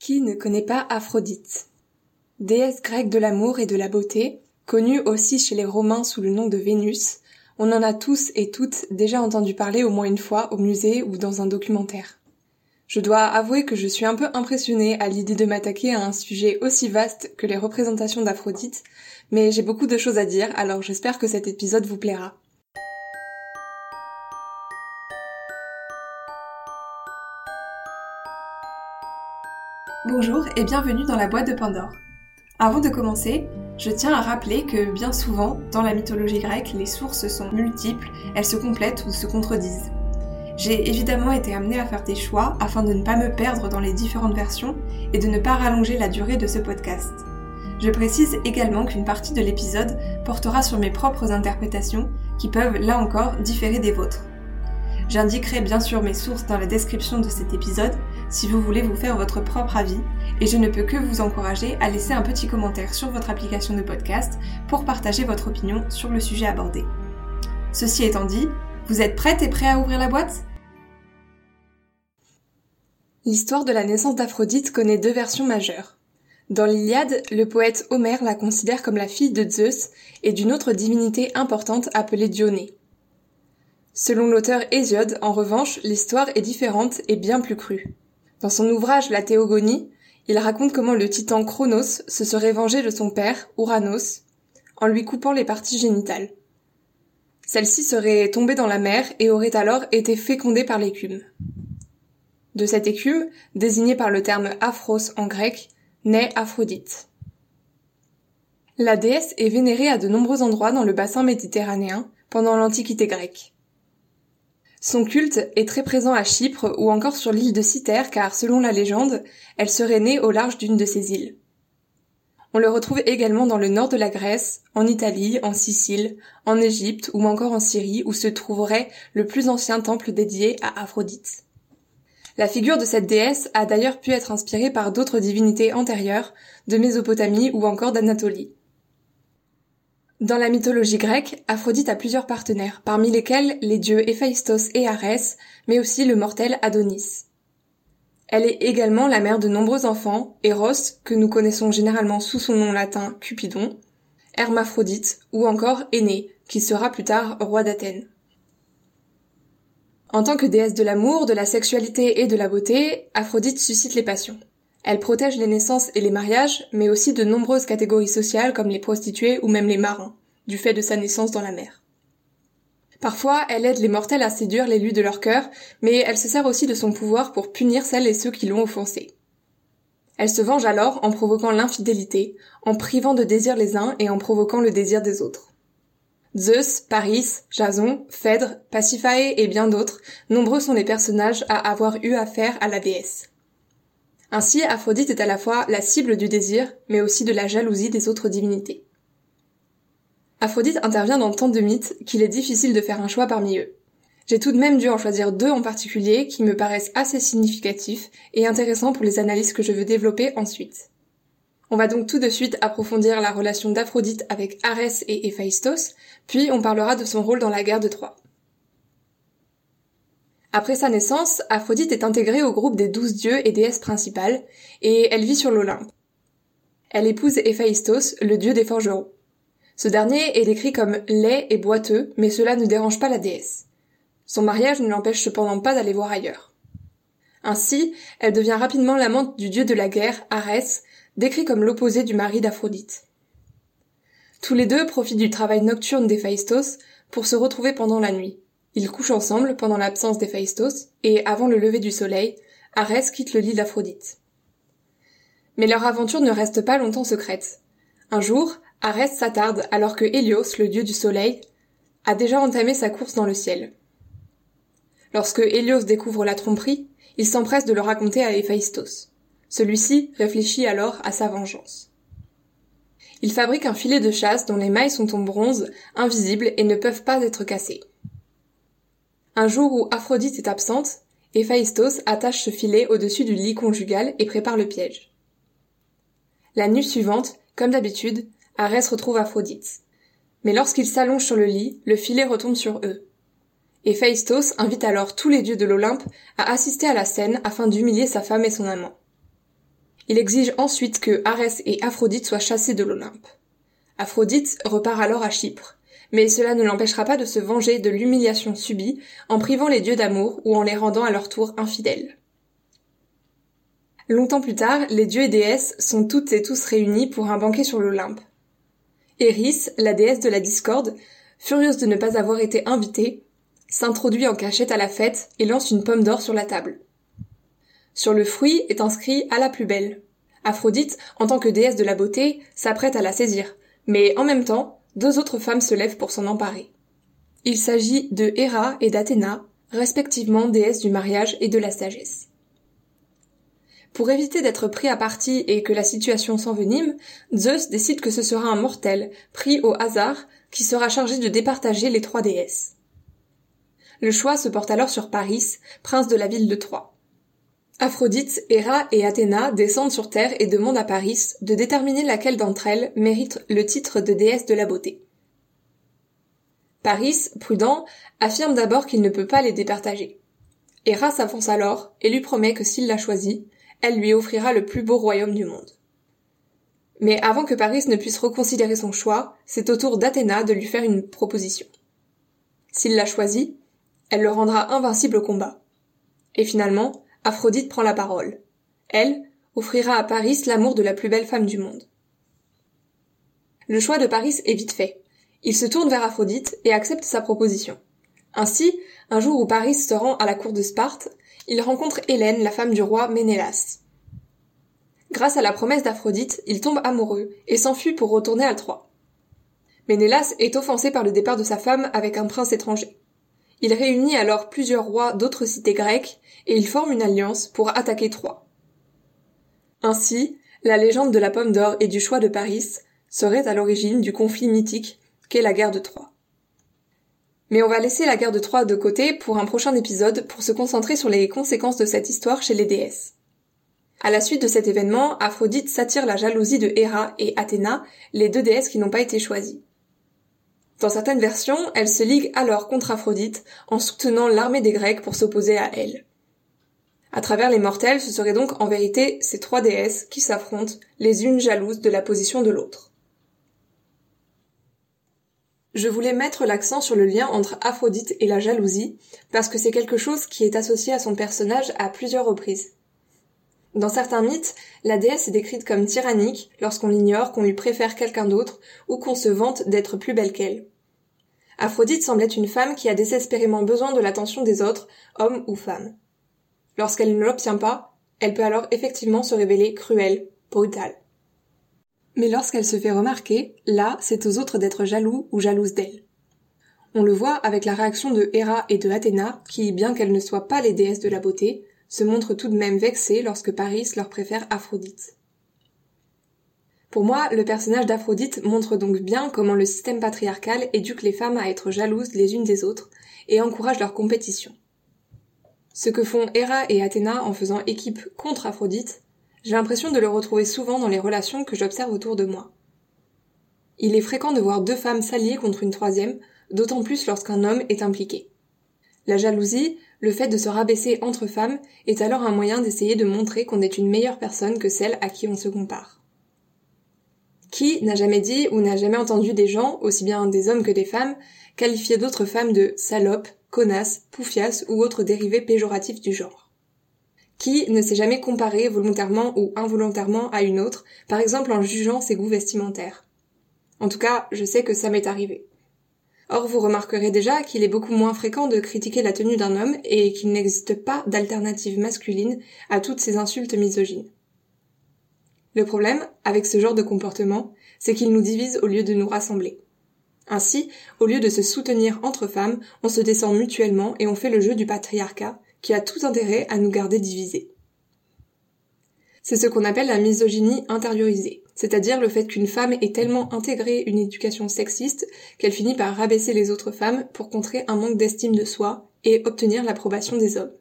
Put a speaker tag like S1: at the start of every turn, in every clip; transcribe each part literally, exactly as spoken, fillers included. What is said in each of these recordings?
S1: Qui ne connaît pas Aphrodite? Déesse grecque de l'amour et de la beauté, connue aussi chez les Romains sous le nom de Vénus, on en a tous et toutes déjà entendu parler au moins une fois au musée ou dans un documentaire. Je dois avouer que je suis un peu impressionnée à l'idée de m'attaquer à un sujet aussi vaste que les représentations d'Aphrodite, mais j'ai beaucoup de choses à dire, alors j'espère que cet épisode vous plaira. Bonjour et bienvenue dans la boîte de Pandore. Avant de commencer, je tiens à rappeler que bien souvent, dans la mythologie grecque, les sources sont multiples, elles se complètent ou se contredisent. J'ai évidemment été amenée à faire des choix afin de ne pas me perdre dans les différentes versions et de ne pas rallonger la durée de ce podcast. Je précise également qu'une partie de l'épisode portera sur mes propres interprétations qui peuvent, là encore, différer des vôtres. J'indiquerai bien sûr mes sources dans la description de cet épisode si vous voulez vous faire votre propre avis et je ne peux que vous encourager à laisser un petit commentaire sur votre application de podcast pour partager votre opinion sur le sujet abordé. Ceci étant dit, vous êtes prêtes et prêts à ouvrir la boîte ? L'histoire de la naissance d'Aphrodite connaît deux versions majeures. Dans l'Iliade, le poète Homère la considère comme la fille de Zeus et d'une autre divinité importante appelée Dionée. Selon l'auteur Hésiode, en revanche, l'histoire est différente et bien plus crue. Dans son ouvrage La Théogonie, il raconte comment le titan Cronos se serait vengé de son père, Ouranos, en lui coupant les parties génitales. Celle-ci serait tombée dans la mer et aurait alors été fécondée par l'écume. De cette écume, désignée par le terme aphros en grec, naît Aphrodite. La déesse est vénérée à de nombreux endroits dans le bassin méditerranéen pendant l'Antiquité grecque. Son culte est très présent à Chypre ou encore sur l'île de Cythère car, selon la légende, elle serait née au large d'une de ces îles. On le retrouve également dans le nord de la Grèce, en Italie, en Sicile, en Égypte ou encore en Syrie où se trouverait le plus ancien temple dédié à Aphrodite. La figure de cette déesse a d'ailleurs pu être inspirée par d'autres divinités antérieures, de Mésopotamie ou encore d'Anatolie. Dans la mythologie grecque, Aphrodite a plusieurs partenaires, parmi lesquels les dieux Héphaïstos et Arès, mais aussi le mortel Adonis. Elle est également la mère de nombreux enfants, Eros, que nous connaissons généralement sous son nom latin Cupidon, Hermaphrodite ou encore Énée, qui sera plus tard roi d'Athènes. En tant que déesse de l'amour, de la sexualité et de la beauté, Aphrodite suscite les passions. Elle protège les naissances et les mariages, mais aussi de nombreuses catégories sociales comme les prostituées ou même les marins, du fait de sa naissance dans la mer. Parfois, elle aide les mortels à séduire l'élu de leur cœur, mais elle se sert aussi de son pouvoir pour punir celles et ceux qui l'ont offensée. Elle se venge alors en provoquant l'infidélité, en privant de désir les uns et en provoquant le désir des autres. Zeus, Paris, Jason, Phèdre, Pasiphae et bien d'autres, nombreux sont les personnages à avoir eu affaire à la déesse. Ainsi, Aphrodite est à la fois la cible du désir, mais aussi de la jalousie des autres divinités. Aphrodite intervient dans tant de mythes qu'il est difficile de faire un choix parmi eux. J'ai tout de même dû en choisir deux en particulier qui me paraissent assez significatifs et intéressants pour les analyses que je veux développer ensuite. On va donc tout de suite approfondir la relation d'Aphrodite avec Arès et Héphaïstos, puis on parlera de son rôle dans la guerre de Troie. Après sa naissance, Aphrodite est intégrée au groupe des douze dieux et déesses principales, et elle vit sur l'Olympe. Elle épouse Héphaïstos, le dieu des forgerons. Ce dernier est décrit comme laid et boiteux, mais cela ne dérange pas la déesse. Son mariage ne l'empêche cependant pas d'aller voir ailleurs. Ainsi, elle devient rapidement l'amante du dieu de la guerre, Arès, décrit comme l'opposé du mari d'Aphrodite. Tous les deux profitent du travail nocturne d'Héphaïstos pour se retrouver pendant la nuit. Ils couchent ensemble pendant l'absence d'Héphaïstos, et avant le lever du soleil, Arès quitte le lit d'Aphrodite. Mais leur aventure ne reste pas longtemps secrète. Un jour, Arès s'attarde alors que Hélios, le dieu du soleil, a déjà entamé sa course dans le ciel. Lorsque Hélios découvre la tromperie, il s'empresse de le raconter à Héphaïstos. Celui-ci réfléchit alors à sa vengeance. Il fabrique un filet de chasse dont les mailles sont en bronze, invisibles et ne peuvent pas être cassées. Un jour où Aphrodite est absente, Héphaïstos attache ce filet au-dessus du lit conjugal et prépare le piège. La nuit suivante, comme d'habitude, Arès retrouve Aphrodite. Mais lorsqu'ils s'allongent sur le lit, le filet retombe sur eux. Héphaïstos invite alors tous les dieux de l'Olympe à assister à la scène afin d'humilier sa femme et son amant. Il exige ensuite que Arès et Aphrodite soient chassés de l'Olympe. Aphrodite repart alors à Chypre, mais cela ne l'empêchera pas de se venger de l'humiliation subie en privant les dieux d'amour ou en les rendant à leur tour infidèles. Longtemps plus tard, les dieux et déesses sont toutes et tous réunis pour un banquet sur l'Olympe. Éris, la déesse de la discorde, furieuse de ne pas avoir été invitée, s'introduit en cachette à la fête et lance une pomme d'or sur la table. Sur le fruit est inscrit « à la plus belle ». Aphrodite, en tant que déesse de la beauté, s'apprête à la saisir, mais en même temps, deux autres femmes se lèvent pour s'en emparer. Il s'agit de Héra et d'Athéna, respectivement déesses du mariage et de la sagesse. Pour éviter d'être pris à partie et que la situation s'envenime, Zeus décide que ce sera un mortel, pris au hasard, qui sera chargé de départager les trois déesses. Le choix se porte alors sur Paris, prince de la ville de Troie. Aphrodite, Héra et Athéna descendent sur Terre et demandent à Paris de déterminer laquelle d'entre elles mérite le titre de déesse de la beauté. Paris, prudent, affirme d'abord qu'il ne peut pas les départager. Héra s'avance alors et lui promet que s'il la choisit, elle lui offrira le plus beau royaume du monde. Mais avant que Paris ne puisse reconsidérer son choix, c'est au tour d'Athéna de lui faire une proposition. S'il la choisit, elle le rendra invincible au combat. Et finalement, Aphrodite prend la parole. Elle offrira à Paris l'amour de la plus belle femme du monde. Le choix de Paris est vite fait. Il se tourne vers Aphrodite et accepte sa proposition. Ainsi, un jour où Paris se rend à la cour de Sparte, il rencontre Hélène, la femme du roi Ménélas. Grâce à la promesse d'Aphrodite, il tombe amoureux et s'enfuit pour retourner à Troie. Ménélas est offensé par le départ de sa femme avec un prince étranger. Il réunit alors plusieurs rois d'autres cités grecques et il forme une alliance pour attaquer Troie. Ainsi, la légende de la pomme d'or et du choix de Paris serait à l'origine du conflit mythique qu'est la guerre de Troie. Mais on va laisser la guerre de Troie de côté pour un prochain épisode pour se concentrer sur les conséquences de cette histoire chez les déesses. À la suite de cet événement, Aphrodite s'attire la jalousie de Héra et Athéna, les deux déesses qui n'ont pas été choisies. Dans certaines versions, elle se ligue alors contre Aphrodite en soutenant l'armée des Grecs pour s'opposer à elle. À travers les mortels, ce seraient donc en vérité ces trois déesses qui s'affrontent, les unes jalouses de la position de l'autre. Je voulais mettre l'accent sur le lien entre Aphrodite et la jalousie, parce que c'est quelque chose qui est associé à son personnage à plusieurs reprises. Dans certains mythes, la déesse est décrite comme tyrannique lorsqu'on ignore qu'on lui préfère quelqu'un d'autre ou qu'on se vante d'être plus belle qu'elle. Aphrodite semble être une femme qui a désespérément besoin de l'attention des autres, hommes ou femmes. Lorsqu'elle ne l'obtient pas, elle peut alors effectivement se révéler cruelle, brutale. Mais lorsqu'elle se fait remarquer, là, c'est aux autres d'être jaloux ou jalouses d'elle. On le voit avec la réaction de Héra et de Athéna, qui, bien qu'elles ne soient pas les déesses de la beauté, se montrent tout de même vexées lorsque Paris leur préfère Aphrodite. Pour moi, le personnage d'Aphrodite montre donc bien comment le système patriarcal éduque les femmes à être jalouses les unes des autres et encourage leur compétition. Ce que font Héra et Athéna en faisant équipe contre Aphrodite, j'ai l'impression de le retrouver souvent dans les relations que j'observe autour de moi. Il est fréquent de voir deux femmes s'allier contre une troisième, d'autant plus lorsqu'un homme est impliqué. La jalousie, le fait de se rabaisser entre femmes, est alors un moyen d'essayer de montrer qu'on est une meilleure personne que celle à qui on se compare. Qui n'a jamais dit ou n'a jamais entendu des gens, aussi bien des hommes que des femmes, qualifier d'autres femmes de salopes, connasses, poufiasses ou autres dérivés péjoratifs du genre? Qui ne s'est jamais comparé volontairement ou involontairement à une autre, par exemple en jugeant ses goûts vestimentaires? En tout cas, je sais que ça m'est arrivé. Or, vous remarquerez déjà qu'il est beaucoup moins fréquent de critiquer la tenue d'un homme et qu'il n'existe pas d'alternative masculine à toutes ces insultes misogynes. Le problème, avec ce genre de comportement, c'est qu'il nous divise au lieu de nous rassembler. Ainsi, au lieu de se soutenir entre femmes, on se descend mutuellement et on fait le jeu du patriarcat, qui a tout intérêt à nous garder divisés. C'est ce qu'on appelle la misogynie intériorisée, c'est-à-dire le fait qu'une femme ait tellement intégré une éducation sexiste qu'elle finit par rabaisser les autres femmes pour contrer un manque d'estime de soi et obtenir l'approbation des hommes.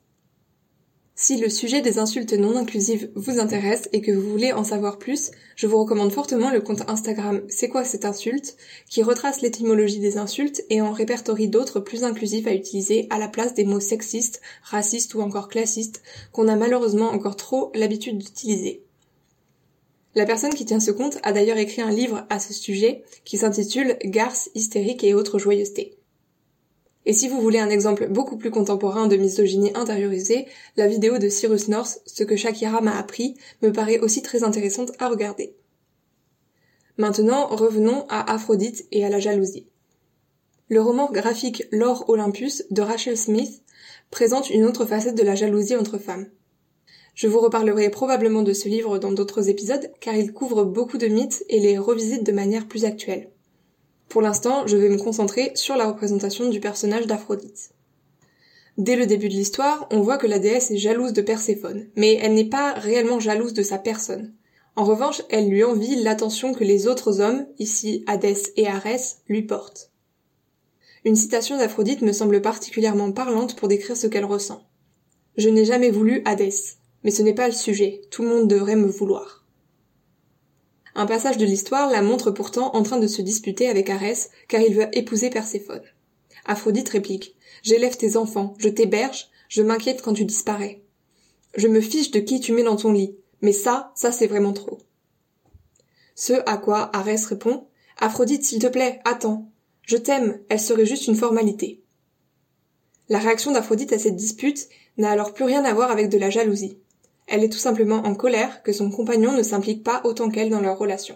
S1: Si le sujet des insultes non inclusives vous intéresse et que vous voulez en savoir plus, je vous recommande fortement le compte Instagram C'est quoi cette insulte, qui retrace l'étymologie des insultes et en répertorie d'autres plus inclusifs à utiliser à la place des mots sexistes, racistes ou encore classistes qu'on a malheureusement encore trop l'habitude d'utiliser. La personne qui tient ce compte a d'ailleurs écrit un livre à ce sujet qui s'intitule « Garce, hystérique et autres joyeusetés ». Et si vous voulez un exemple beaucoup plus contemporain de misogynie intériorisée, la vidéo de Cyrus North, Ce que Shakira m'a appris, me paraît aussi très intéressante à regarder. Maintenant, revenons à Aphrodite et à la jalousie. Le roman graphique Lore Olympus de Rachel Smith présente une autre facette de la jalousie entre femmes. Je vous reparlerai probablement de ce livre dans d'autres épisodes car il couvre beaucoup de mythes et les revisite de manière plus actuelle. Pour l'instant, je vais me concentrer sur la représentation du personnage d'Aphrodite. Dès le début de l'histoire, on voit que la déesse est jalouse de Perséphone, mais elle n'est pas réellement jalouse de sa personne. En revanche, elle lui envie l'attention que les autres hommes, ici Hadès et Arès, lui portent. Une citation d'Aphrodite me semble particulièrement parlante pour décrire ce qu'elle ressent. « Je n'ai jamais voulu Hadès, mais ce n'est pas le sujet, tout le monde devrait me vouloir. » Un passage de l'histoire la montre pourtant en train de se disputer avec Arès car il veut épouser Perséphone. Aphrodite réplique « J'élève tes enfants, je t'héberge, je m'inquiète quand tu disparais. Je me fiche de qui tu mets dans ton lit, mais ça, ça c'est vraiment trop. » Ce à quoi Arès répond « Aphrodite, s'il te plaît, attends. Je t'aime, elle serait juste une formalité. » La réaction d'Aphrodite à cette dispute n'a alors plus rien à voir avec de la jalousie. Elle est tout simplement en colère que son compagnon ne s'implique pas autant qu'elle dans leur relation.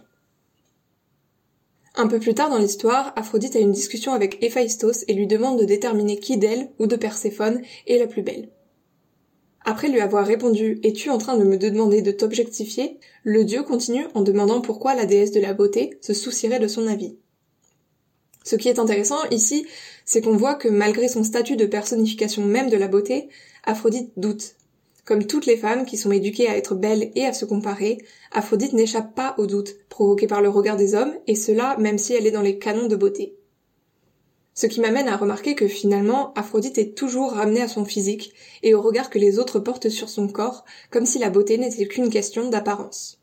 S1: Un peu plus tard dans l'histoire, Aphrodite a une discussion avec Héphaïstos et lui demande de déterminer qui d'elle ou de Perséphone est la plus belle. Après lui avoir répondu « Es-tu en train de me demander de t'objectifier ?», le dieu continue en demandant pourquoi la déesse de la beauté se soucierait de son avis. Ce qui est intéressant ici, c'est qu'on voit que malgré son statut de personnification même de la beauté, Aphrodite doute. Comme toutes les femmes qui sont éduquées à être belles et à se comparer, Aphrodite n'échappe pas au doute provoqué par le regard des hommes, et cela même si elle est dans les canons de beauté. Ce qui m'amène à remarquer que finalement, Aphrodite est toujours ramenée à son physique et au regard que les autres portent sur son corps, comme si la beauté n'était qu'une question d'apparence.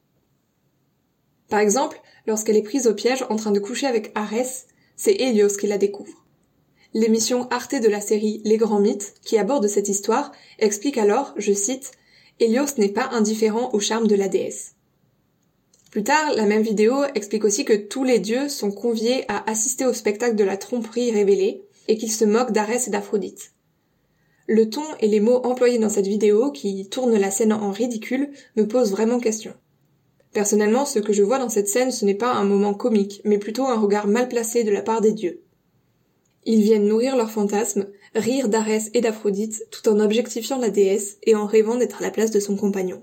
S1: Par exemple, lorsqu'elle est prise au piège en train de coucher avec Arès, c'est Hélios qui la découvre. L'émission Arte de la série Les Grands Mythes, qui aborde cette histoire, explique alors, je cite, « Hélios n'est pas indifférent au charme de la déesse. » Plus tard, la même vidéo explique aussi que tous les dieux sont conviés à assister au spectacle de la tromperie révélée et qu'ils se moquent d'Arès et d'Aphrodite. Le ton et les mots employés dans cette vidéo, qui tournent la scène en ridicule, me posent vraiment question. Personnellement, ce que je vois dans cette scène, ce n'est pas un moment comique, mais plutôt un regard mal placé de la part des dieux. Ils viennent nourrir leurs fantasmes, rire d'Arès et d'Aphrodite, tout en objectifiant la déesse et en rêvant d'être à la place de son compagnon.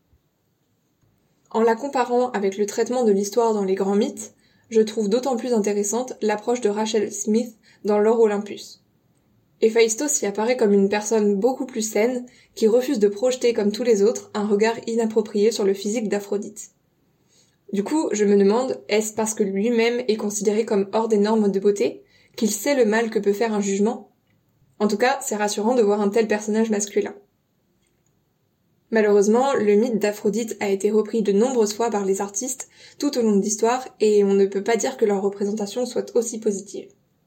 S1: En la comparant avec le traitement de l'histoire dans les grands mythes, je trouve d'autant plus intéressante l'approche de Rachel Smith dans Lore Olympus. Héphaïstos y apparaît comme une personne beaucoup plus saine, qui refuse de projeter comme tous les autres un regard inapproprié sur le physique d'Aphrodite. Du coup, je me demande, est-ce parce que lui-même est considéré comme hors des normes de beauté, qu'il sait le mal que peut faire un jugement? En tout cas, c'est rassurant de voir un tel personnage masculin. Malheureusement, le mythe d'Aphrodite a été repris de nombreuses fois par les artistes tout au long de l'histoire et on ne peut pas dire que leur représentation soit aussi positive.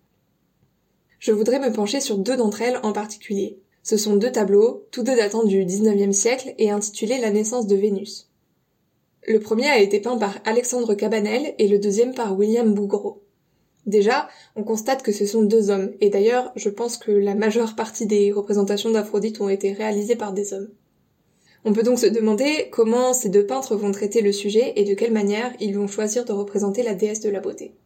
S1: Je voudrais me pencher sur deux d'entre elles en particulier. Ce sont deux tableaux, tous deux datant du dix-neuvième siècle et intitulés La naissance de Vénus. Le premier a été peint par Alexandre Cabanel et le deuxième par William Bouguereau. Déjà, on constate que ce sont deux hommes, et d'ailleurs, je pense que la majeure partie des représentations d'Aphrodite ont été réalisées par des hommes. On peut donc se demander comment ces deux peintres vont traiter le sujet et de quelle manière ils vont choisir de représenter la déesse de la beauté.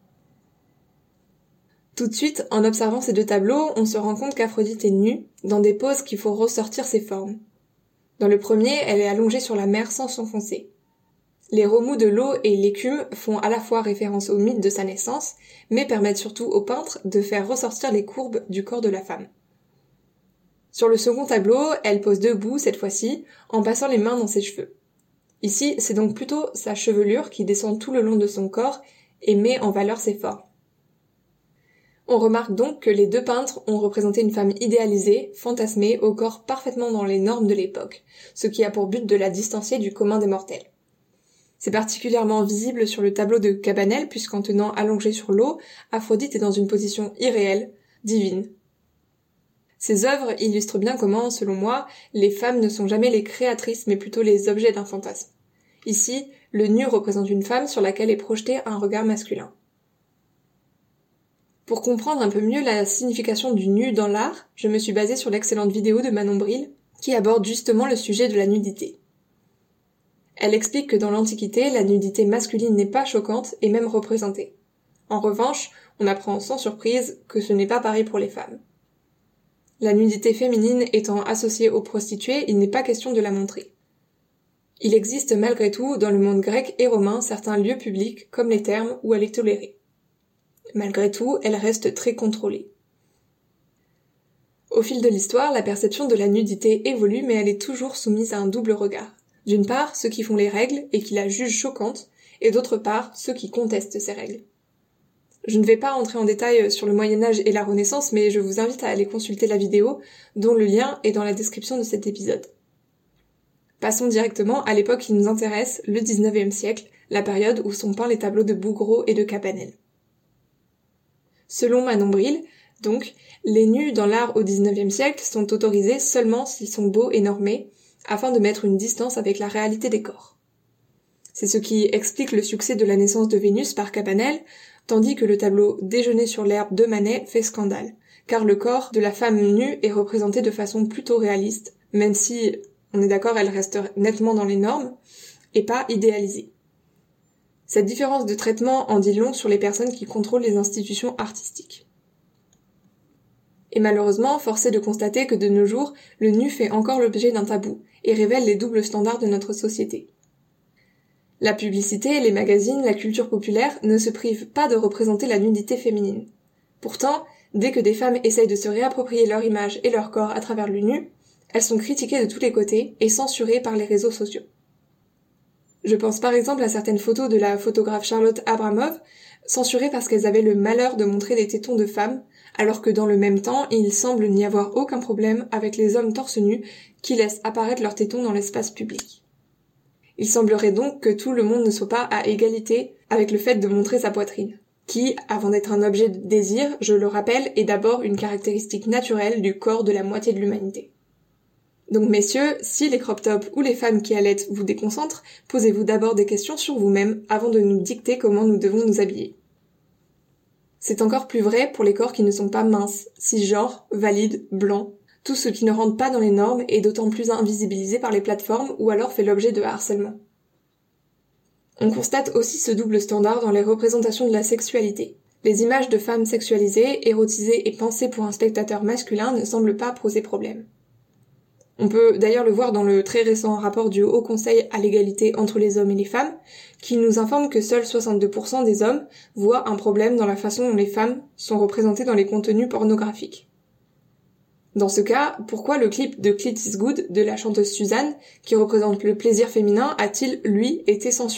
S1: Tout de suite, en observant ces deux tableaux, on se rend compte qu'Aphrodite est nue, dans des poses qui font ressortir ses formes. Dans le premier, elle est allongée sur la mer sans s'enfoncer. Les remous de l'eau et l'écume font à la fois référence au mythe de sa naissance, mais permettent surtout au peintre de faire ressortir les courbes du corps de la femme. Sur le second tableau, elle pose debout cette fois-ci, en passant les mains dans ses cheveux. Ici, c'est donc plutôt sa chevelure qui descend tout le long de son corps et met en valeur ses formes. On remarque donc que les deux peintres ont représenté une femme idéalisée, fantasmée, au corps parfaitement dans les normes de l'époque, ce qui a pour but de la distancier du commun des mortels. C'est particulièrement visible sur le tableau de Cabanel, puisqu'en tenant allongée sur l'eau, Aphrodite est dans une position irréelle, divine. Ces œuvres illustrent bien comment, selon moi, les femmes ne sont jamais les créatrices mais plutôt les objets d'un fantasme. Ici, le nu représente une femme sur laquelle est projeté un regard masculin. Pour comprendre un peu mieux la signification du nu dans l'art, je me suis basée sur l'excellente vidéo de Manon Bril, qui aborde justement le sujet de la nudité. Elle explique que dans l'Antiquité, la nudité masculine n'est pas choquante et même représentée. En revanche, on apprend sans surprise que ce n'est pas pareil pour les femmes. La nudité féminine étant associée aux prostituées, il n'est pas question de la montrer. Il existe malgré tout dans le monde grec et romain certains lieux publics, comme les thermes, où elle est tolérée. Malgré tout, elle reste très contrôlée. Au fil de l'histoire, la perception de la nudité évolue, mais elle est toujours soumise à un double regard. D'une part, ceux qui font les règles et qui la jugent choquante, et d'autre part, ceux qui contestent ces règles. Je ne vais pas entrer en détail sur le Moyen-Âge et la Renaissance, mais je vous invite à aller consulter la vidéo, dont le lien est dans la description de cet épisode. Passons directement à l'époque qui nous intéresse, le dix-neuvième siècle, la période où sont peints les tableaux de Bouguereau et de Cabanel. Selon Manon Bril, donc, les nus dans l'art au dix-neuvième siècle sont autorisés seulement s'ils sont beaux et normés, afin de mettre une distance avec la réalité des corps. C'est ce qui explique le succès de la naissance de Vénus par Cabanel, tandis que le tableau Déjeuner sur l'herbe de Manet fait scandale, car le corps de la femme nue est représenté de façon plutôt réaliste, même si, on est d'accord, elle reste nettement dans les normes, et pas idéalisée. Cette différence de traitement en dit long sur les personnes qui contrôlent les institutions artistiques. Et malheureusement, force est de constater que de nos jours, le nu fait encore l'objet d'un tabou, et révèle les doubles standards de notre société. La publicité, les magazines, la culture populaire ne se privent pas de représenter la nudité féminine. Pourtant, dès que des femmes essayent de se réapproprier leur image et leur corps à travers le nu, elles sont critiquées de tous les côtés et censurées par les réseaux sociaux. Je pense par exemple à certaines photos de la photographe Charlotte Abramov, censurées parce qu'elles avaient le malheur de montrer des tétons de femmes, alors que dans le même temps, il semble n'y avoir aucun problème avec les hommes torse nus qui laissent apparaître leurs tétons dans l'espace public. Il semblerait donc que tout le monde ne soit pas à égalité avec le fait de montrer sa poitrine, qui, avant d'être un objet de désir, je le rappelle, est d'abord une caractéristique naturelle du corps de la moitié de l'humanité. Donc messieurs, si les crop tops ou les femmes qui allaitent vous déconcentrent, posez-vous d'abord des questions sur vous-même avant de nous dicter comment nous devons nous habiller. C'est encore plus vrai pour les corps qui ne sont pas minces, cisgenres, valides, blancs, tout ce qui ne rentre pas dans les normes est d'autant plus invisibilisé par les plateformes ou alors fait l'objet de harcèlement. On constate aussi ce double standard dans les représentations de la sexualité. Les images de femmes sexualisées, érotisées et pensées pour un spectateur masculin ne semblent pas poser problème. On peut d'ailleurs le voir dans le très récent rapport du Haut Conseil à l'égalité entre les hommes et les femmes, qui nous informe que seuls soixante-deux pour cent des hommes voient un problème dans la façon dont les femmes sont représentées dans les contenus pornographiques. Dans ce cas, pourquoi le clip de Clit is Good de la chanteuse Suzanne, qui représente le plaisir féminin, a-t-il, lui, été censuré ?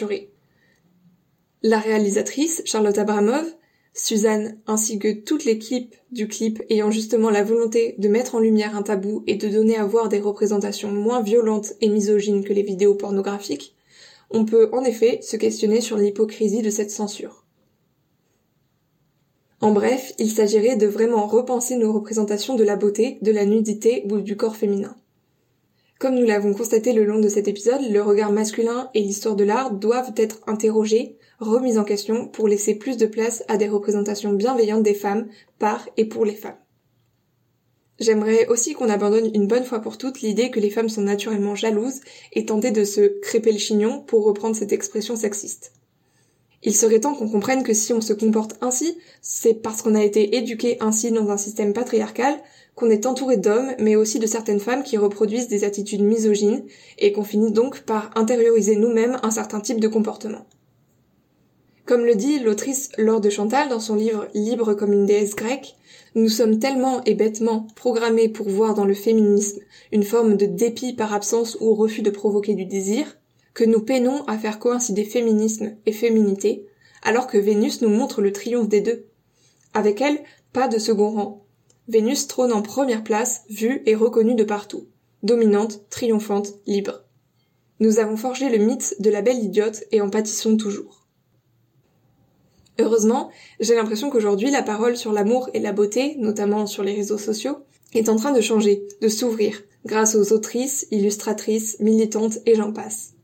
S1: La réalisatrice, Charlotte Abramov, Suzanne, ainsi que toutes les clips du clip ayant justement la volonté de mettre en lumière un tabou et de donner à voir des représentations moins violentes et misogynes que les vidéos pornographiques, on peut en effet se questionner sur l'hypocrisie de cette censure. En bref, il s'agirait de vraiment repenser nos représentations de la beauté, de la nudité ou du corps féminin. Comme nous l'avons constaté le long de cet épisode, le regard masculin et l'histoire de l'art doivent être interrogés, remis en question pour laisser plus de place à des représentations bienveillantes des femmes par et pour les femmes. J'aimerais aussi qu'on abandonne une bonne fois pour toutes l'idée que les femmes sont naturellement jalouses et tenter de se crêper le chignon pour reprendre cette expression sexiste. Il serait temps qu'on comprenne que si on se comporte ainsi, c'est parce qu'on a été éduqué ainsi dans un système patriarcal, qu'on est entouré d'hommes, mais aussi de certaines femmes qui reproduisent des attitudes misogynes, et qu'on finit donc par intérioriser nous-mêmes un certain type de comportement. Comme le dit l'autrice Laure de Chantal dans son livre Libre comme une déesse grecque, nous sommes tellement et bêtement programmés pour voir dans le féminisme une forme de dépit par absence ou refus de provoquer du désir, que nous peinons à faire coïncider féminisme et féminité, alors que Vénus nous montre le triomphe des deux. Avec elle, pas de second rang. Vénus trône en première place, vue et reconnue de partout. Dominante, triomphante, libre. Nous avons forgé le mythe de la belle idiote et en pâtissons toujours. Heureusement, j'ai l'impression qu'aujourd'hui la parole sur l'amour et la beauté, notamment sur les réseaux sociaux, est en train de changer, de s'ouvrir, grâce aux autrices, illustratrices, militantes et j'en passe.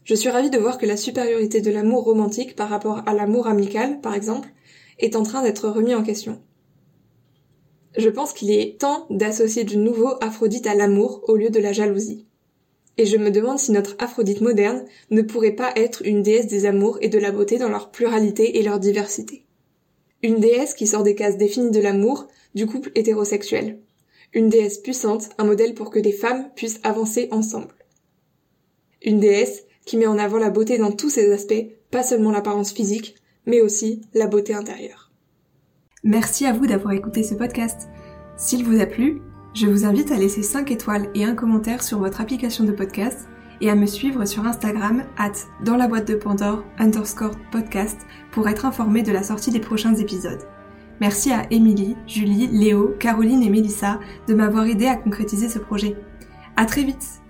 S1: Je suis ravie de voir que la supériorité de l'amour romantique par rapport à l'amour amical, par exemple, est en train d'être remis en question. Je pense qu'il est temps d'associer de nouveau Aphrodite à l'amour au lieu de la jalousie. Et je me demande si notre Aphrodite moderne ne pourrait pas être une déesse des amours et de la beauté dans leur pluralité et leur diversité. Une déesse qui sort des cases définies de l'amour, du couple hétérosexuel. Une déesse puissante, un modèle pour que les femmes puissent avancer ensemble. Une déesse qui met en avant la beauté dans tous ses aspects, pas seulement l'apparence physique, mais aussi la beauté intérieure. Merci à vous d'avoir écouté ce podcast. S'il vous a plu, je vous invite à laisser cinq étoiles et un commentaire sur votre application de podcast et à me suivre sur Instagram at dans la boîte de Pandore underscore podcast pour être informé de la sortie des prochains épisodes. Merci à Émilie, Julie, Léo, Caroline et Mélissa de m'avoir aidé à concrétiser ce projet. À très vite!